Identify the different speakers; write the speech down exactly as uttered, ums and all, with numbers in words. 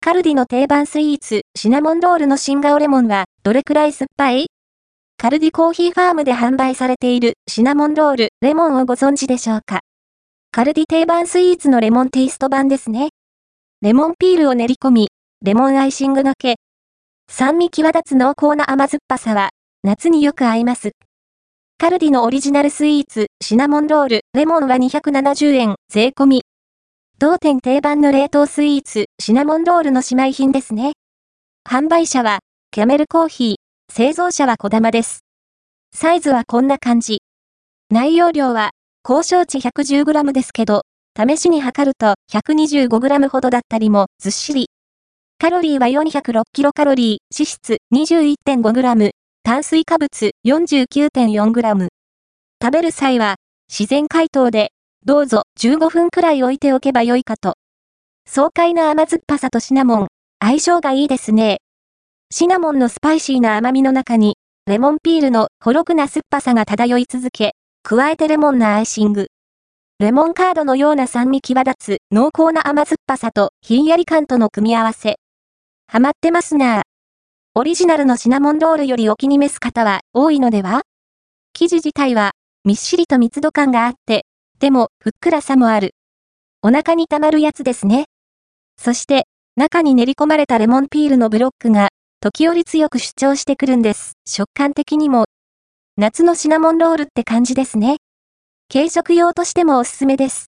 Speaker 1: カルディの定番スイーツ、シナモンロールの新顔レモンは、どれくらい酸っぱい？カルディコーヒーファームで販売されているシナモンロール、レモンをご存知でしょうか？カルディ定番スイーツのレモンテイスト版ですね。レモンピールを練り込み、レモンアイシングがけ。酸味際立つ濃厚な甘酸っぱさは、夏によく合います。カルディのオリジナルスイーツ、シナモンロール、レモンはにひゃくななじゅうえん、税込み。同店定番の冷凍スイーツ、シナモンロールの姉妹品ですね。販売者は、キャメルコーヒー、製造者は小玉です。サイズはこんな感じ。内容量は、交渉値 ひゃくじゅうグラム ですけど、試しに測ると ひゃくにじゅうごグラム ほどだったりもずっしり。カロリーはよんひゃくろくキロカロリー、脂質 にじゅういってんごグラム、炭水化物 よんじゅうきゅうてんよんグラム。食べる際は、自然解凍で、どうぞじゅうごふんくらい置いておけばよいかと。爽快な甘酸っぱさとシナモン、相性がいいですね。シナモンのスパイシーな甘みの中に、レモンピールのほろ苦な酸っぱさが漂い続け、加えてレモンなアイシング。レモンカードのような酸味際立つ濃厚な甘酸っぱさとひんやり感との組み合わせ。ハマってますなぁ。オリジナルのシナモンロールよりお気に召す方は多いのでは？生地自体はみっしりと密度感があって、でもふっくらさもある。お腹にたまるやつですね。そして、中に練り込まれたレモンピールのブロックが、時折強く主張してくるんです。食感的にも。夏のシナモンロールって感じですね。軽食用としてもおすすめです。